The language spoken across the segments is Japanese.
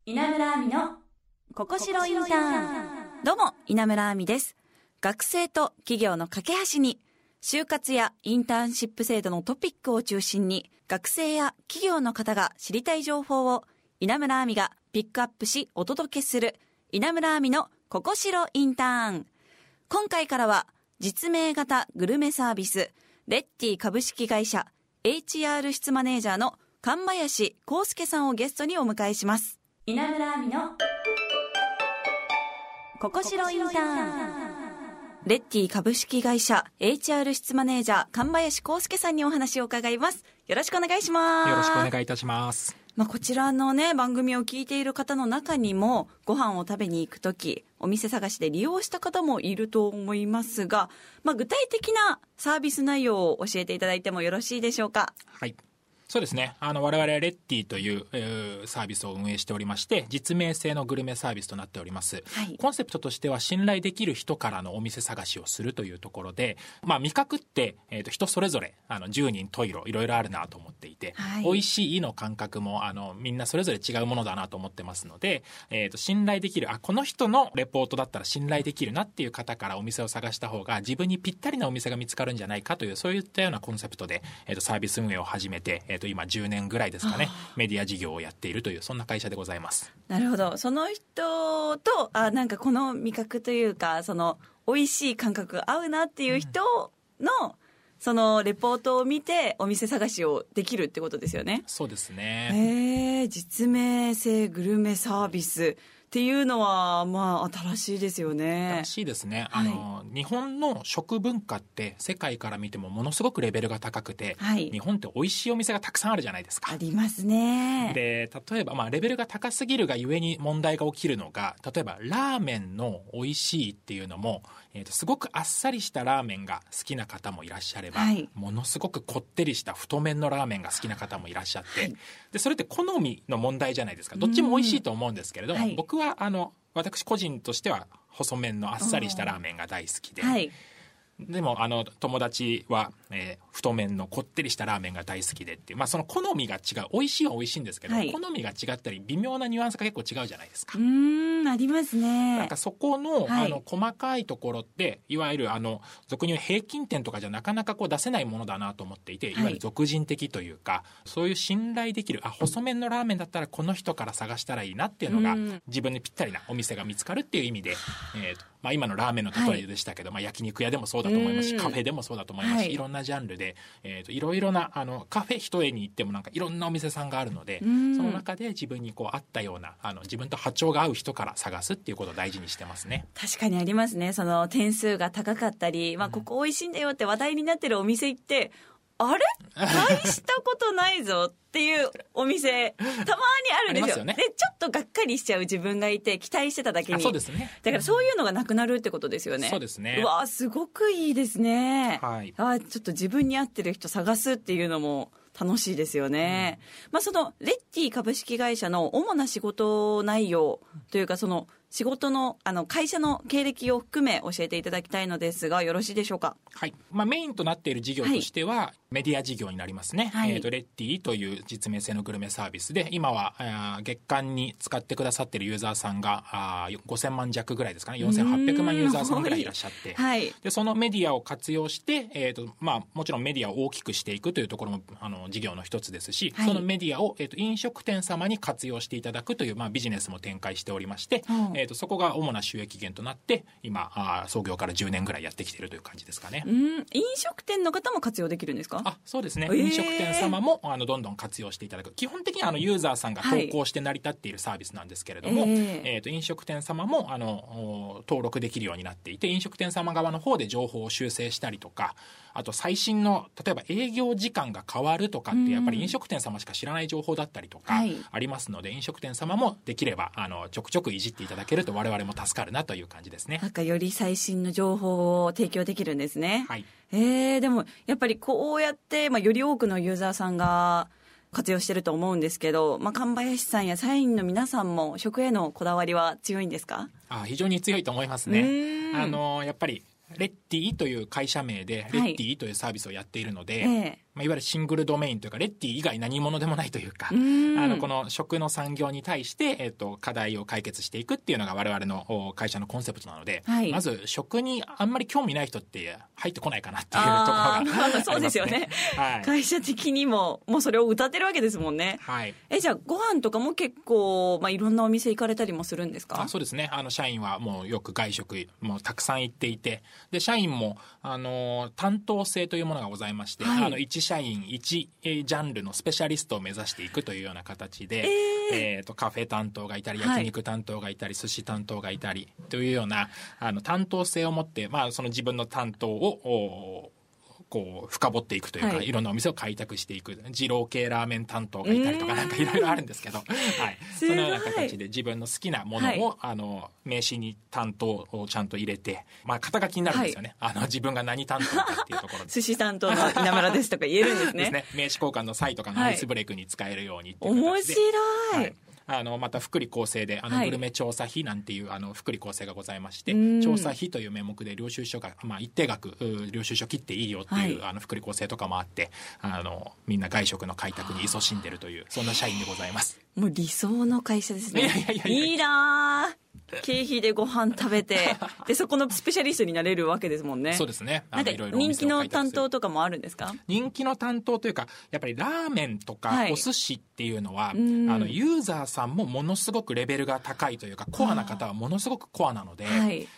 稲村亜美のここしろインターン。どうも稲村亜美です。学生と企業の架け橋に、就活やインターンシップ制度のトピックを中心に、学生や企業の方が知りたい情報を稲村亜美がピックアップしお届けする稲村亜美のここしろインターン。今回からは実名型グルメサービスレッティ株式会社 HR 室マネージャーの神林康介さんをゲストにお迎えします。稲村亜美のここしろインターン。レッティ株式会社 HR 室マネージャー神林康介さんにお話を伺います。よろしくお願いします。 よろしくお願いいたします。 こちらのね番組を聞いている方の中にもご飯を食べに行くときお店探しで利用した方もいると思いますが、具体的なサービス内容を教えていただいてもよろしいでしょうか。 はい、そうですね。我々レッティという、サービスを運営しておりまして、実名制のグルメサービスとなっております。 はい、 コンセプトとしては信頼できる人からのお店探しをするというところで、味覚って、人それぞれ10人十色いろいろあるなと思っていて、 はい、 美味しいの感覚もみんなそれぞれ違うものだなと思ってますので、信頼できるこの人のレポートだったら信頼できるなっていう方からお店を探した方が自分にぴったりなお店が見つかるんじゃないかという、そういったようなコンセプトで、サービス運営を始めて、今10年ぐらいですかね、メディア事業をやっているというそんな会社でございます。 なるほど。その人となんかこの味覚というかその美味しい感覚が合うなっていう人の、そのレポートを見てお店探しをできるってことですよね。 そうですね。 実名制グルメサービスっていうのは新しいですよね。 新しいですね。 はい、 日本の食文化って世界から見てもものすごくレベルが高くて、 はい、 日本って美味しいお店がたくさんあるじゃないですか。 ありますね。 で例えばレベルが高すぎるがゆえに問題が起きるのが、例えばラーメンの美味しいっていうのも、すごくあっさりしたラーメンが好きな方もいらっしゃれば、 はい、 ものすごくこってりした太麺のラーメンが好きな方もいらっしゃって、 はい、 でそれって好みの問題じゃないですか。どっちも美味しいと思うんですけれども、 はい、 僕は私個人としては細麺のあっさりしたラーメンが大好きで、 はい、 でも友達は、太麺のこってりしたラーメンが大好きでっていう、その好みが違う。美味しいは美味しいんですけど、 はい、 好みが違ったり微妙なニュアンスが結構違うじゃないですか。 ありますね。 なんかそこの、 はい、 細かいところっていわゆる俗に言う平均点とかじゃなかなか出せないものだなと思っていて、いわゆる俗人的というか、そういう信頼できる細麺のラーメンだったらこの人から探したらいいなっていうのが、自分にぴったりなお店が見つかるっていう意味で、今のラーメンの例えでしたけど、焼肉屋でもそうだと思いますし、カフェでもそうだと思いますし、いろんなジャンルで、いろいろなカフェ一重に行ってもなんかいろんなお店さんがあるので、その中で自分に合ったような自分と波長が合う人から探すっていうことを大事にしてますね。 確かにありますね。その点数が高かったり、ここ美味しいんだよって話題になってるお店行って、あれ大したことないぞっていうお店たまにあるんですよ。 ありますよね。 でちょっとがっかりしちゃう自分がいて期待してただけに。 そうですね。 だからそういうのがなくなるってことですよね。 そうですね。 うわすごくいいですね。 はい。 ちょっと自分に合ってる人探すっていうのも楽しいですよね。そのレッティ株式会社の主な仕事内容というか、その仕事の会社の経歴を含め教えていただきたいのですがよろしいでしょうか。 はい。メインとなっている事業としては、メディア事業になりますね。 はい、 レッティという実名制のグルメサービスで、今は月間に使ってくださっているユーザーさんが5000万弱ぐらいですかね。4800万ユーザーさんぐらいいらっしゃって、 はい、 でそのメディアを活用して、もちろんメディアを大きくしていくというところも事業の一つですし、 はい、 そのメディアを、飲食店様に活用していただくという、ビジネスも展開しておりまして、そこが主な収益源となって今創業から10年ぐらいやってきているという感じですかね。 飲食店の方も活用できるんですか。 そうですね。飲食店様もどんどん活用していただく。基本的にユーザーさんが投稿して成り立っているサービスなんですけれども、飲食店様も登録できるようになっていて、飲食店様側の方で情報を修正したりとか、あと最新の例えば営業時間が変わるとかってやっぱり飲食店様しか知らない情報だったりとかありますので、飲食店様もできればちょくちょくいじっていただけると我々も助かるなという感じですね。 なんかより最新の情報を提供できるんですね。 はい。 でもやっぱりこうやって、より多くのユーザーさんが活用してると思うんですけど、神林さんや社員の皆さんも食へのこだわりは強いんですか。 非常に強いと思いますね。やっぱりレッティという会社名でレッティというサービスをやっているので、 いわゆるシングルドメインというか、レッティ以外何者でもないというか、この食の産業に対して、課題を解決していくっていうのが我々の会社のコンセプトなので、 はい、 まず食にあんまり興味ない人って入ってこないかなっていうところがありますね。 そうですよね。はい、会社的にももうそれを謳ってるわけですもんね。 はい。 じゃあご飯とかも結構、いろんなお店行かれたりもするんですか？ そうですね。社員はもうよく外食もたくさん行っていて、で社員も担当制というものがございまして、はい、1社員1ジャンルのスペシャリストを目指していくというような形で、カフェ担当がいたり、焼肉担当がいたり、寿司担当がいたりというような担当性を持って、その自分の担当をこう深掘っていくというか、いろんなお店を開拓していく、二郎系ラーメン担当がいたりとか、なんかいろいろあるんですけど、はい、そのような形で自分の好きなものを、名刺に担当をちゃんと入れて、肩書きになるんですよね。自分が何担当かっていうところで。 寿司担当の稲村ですとか言えるんですね。 ですね。名刺交換の際とかのアイスブレイクに使えるようにっていう形で。 面白い。 また福利厚生でグルメ調査費なんていう福利厚生がございまして、調査費という名目で領収書が、一定額領収書切っていいよっていう、福利厚生とかもあって、みんな外食の開拓に勤しんでるという、そんな社員でございます。 もう理想の会社ですね。いいなー。経費でご飯食べてでそこのスペシャリストになれるわけですもんね。 そうですね。 なんか人気の担当とかもあるんですか？ 人気の担当というか、やっぱりラーメンとかお寿司っていうのは、ユーザーさんもものすごくレベルが高いというか、コアな方はものすごくコアなので、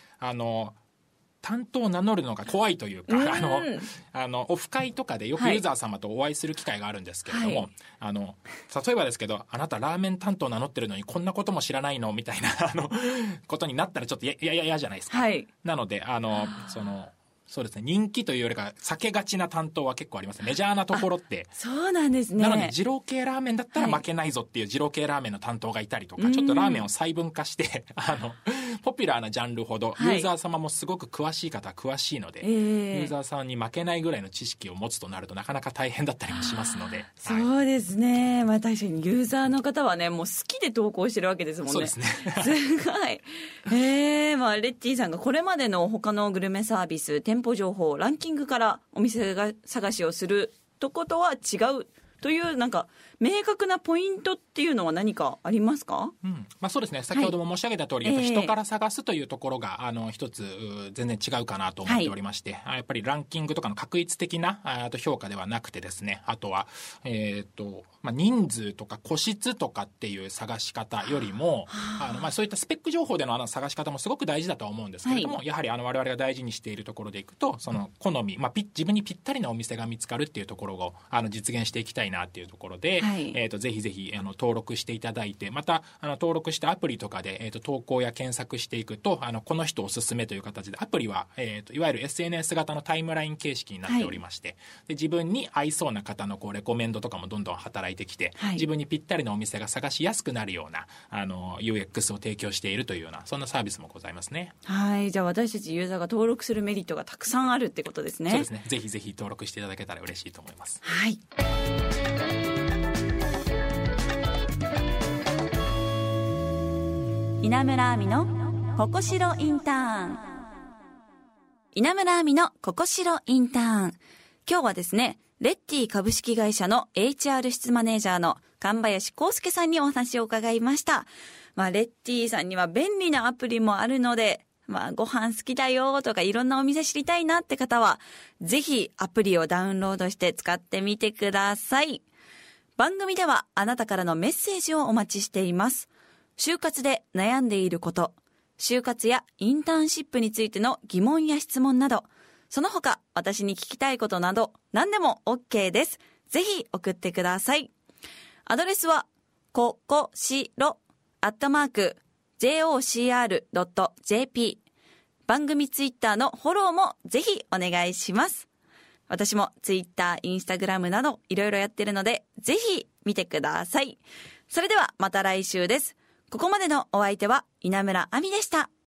担当を名乗るのが怖いというか、オフ会とかでよくユーザー様とお会いする機会があるんですけれども、例えばですけど、あなたラーメン担当名乗ってるのにこんなことも知らないのみたいなことになったらちょっと嫌じゃないですか。なのでそうですね、人気というよりか避けがちな担当は結構あります。メジャーなところって。 そうなんですね。 なので二郎系ラーメンだったら負けないぞっていう二郎系ラーメンの担当がいたりとか、ちょっとラーメンを細分化してポピュラーなジャンルほどユーザー様もすごく詳しい方は詳しいので、ユーザーさんに負けないぐらいの知識を持つとなるとなかなか大変だったりもしますので。 そうですね。確かにユーザーの方はね、もう好きで投稿してるわけですもんね。 そうですね。 すごい。レッティさんがこれまでの他のグルメサービス、店舗情報、ランキングからお店が探しをするとことは違うという、なんか明確なポイントっていうのは何かありますか？ そうですね。先ほども申し上げた通り、やっぱ人から探すというところが一つ全然違うかなと思っておりまして、やっぱりランキングとかの確率的な評価ではなくてですね、あとは人数とか個室とかっていう探し方よりもそういったスペック情報での探し方もすごく大事だとは思うんですけれども、やはり我々が大事にしているところでいくと、その好み、自分にぴったりなお店が見つかるっていうところを実現していきたいなっていうところで、ぜひぜひ登録していただいて、また登録したアプリとかで、投稿や検索していくとこの人おすすめという形で、アプリは、いわゆる SNS 型のタイムライン形式になっておりまして、で自分に合いそうな方のレコメンドとかもどんどん働いてきて、自分にぴったりなお店が探しやすくなるようなUX を提供しているというような、そんなサービスもございますね。じゃあ私たちユーザーが登録するメリットがたくさんあるってことですね。 そうですね。ぜひぜひ登録していただけたら嬉しいと思います。 稲村亜美のココシロインターン。稲村亜美のココシロインターン。今日はですね、レッティ株式会社の HR 室マネージャーの神林康介さんにお話を伺いました。レッティさんには便利なアプリもあるので、ご飯好きだよとかいろんなお店知りたいなって方は、ぜひアプリをダウンロードして使ってみてください。番組ではあなたからのメッセージをお待ちしています。就活で悩んでいること、就活やインターンシップについての疑問や質問など、その他私に聞きたいことなど何でも OK です。ぜひ送ってください。アドレスはここしろ@jocr.jp。 番組ツイッターのフォローもぜひお願いします。私もツイッター、インスタグラムなどいろいろやってるので、ぜひ見てください。それではまた来週です。ここまでのお相手は稲村亜美でした。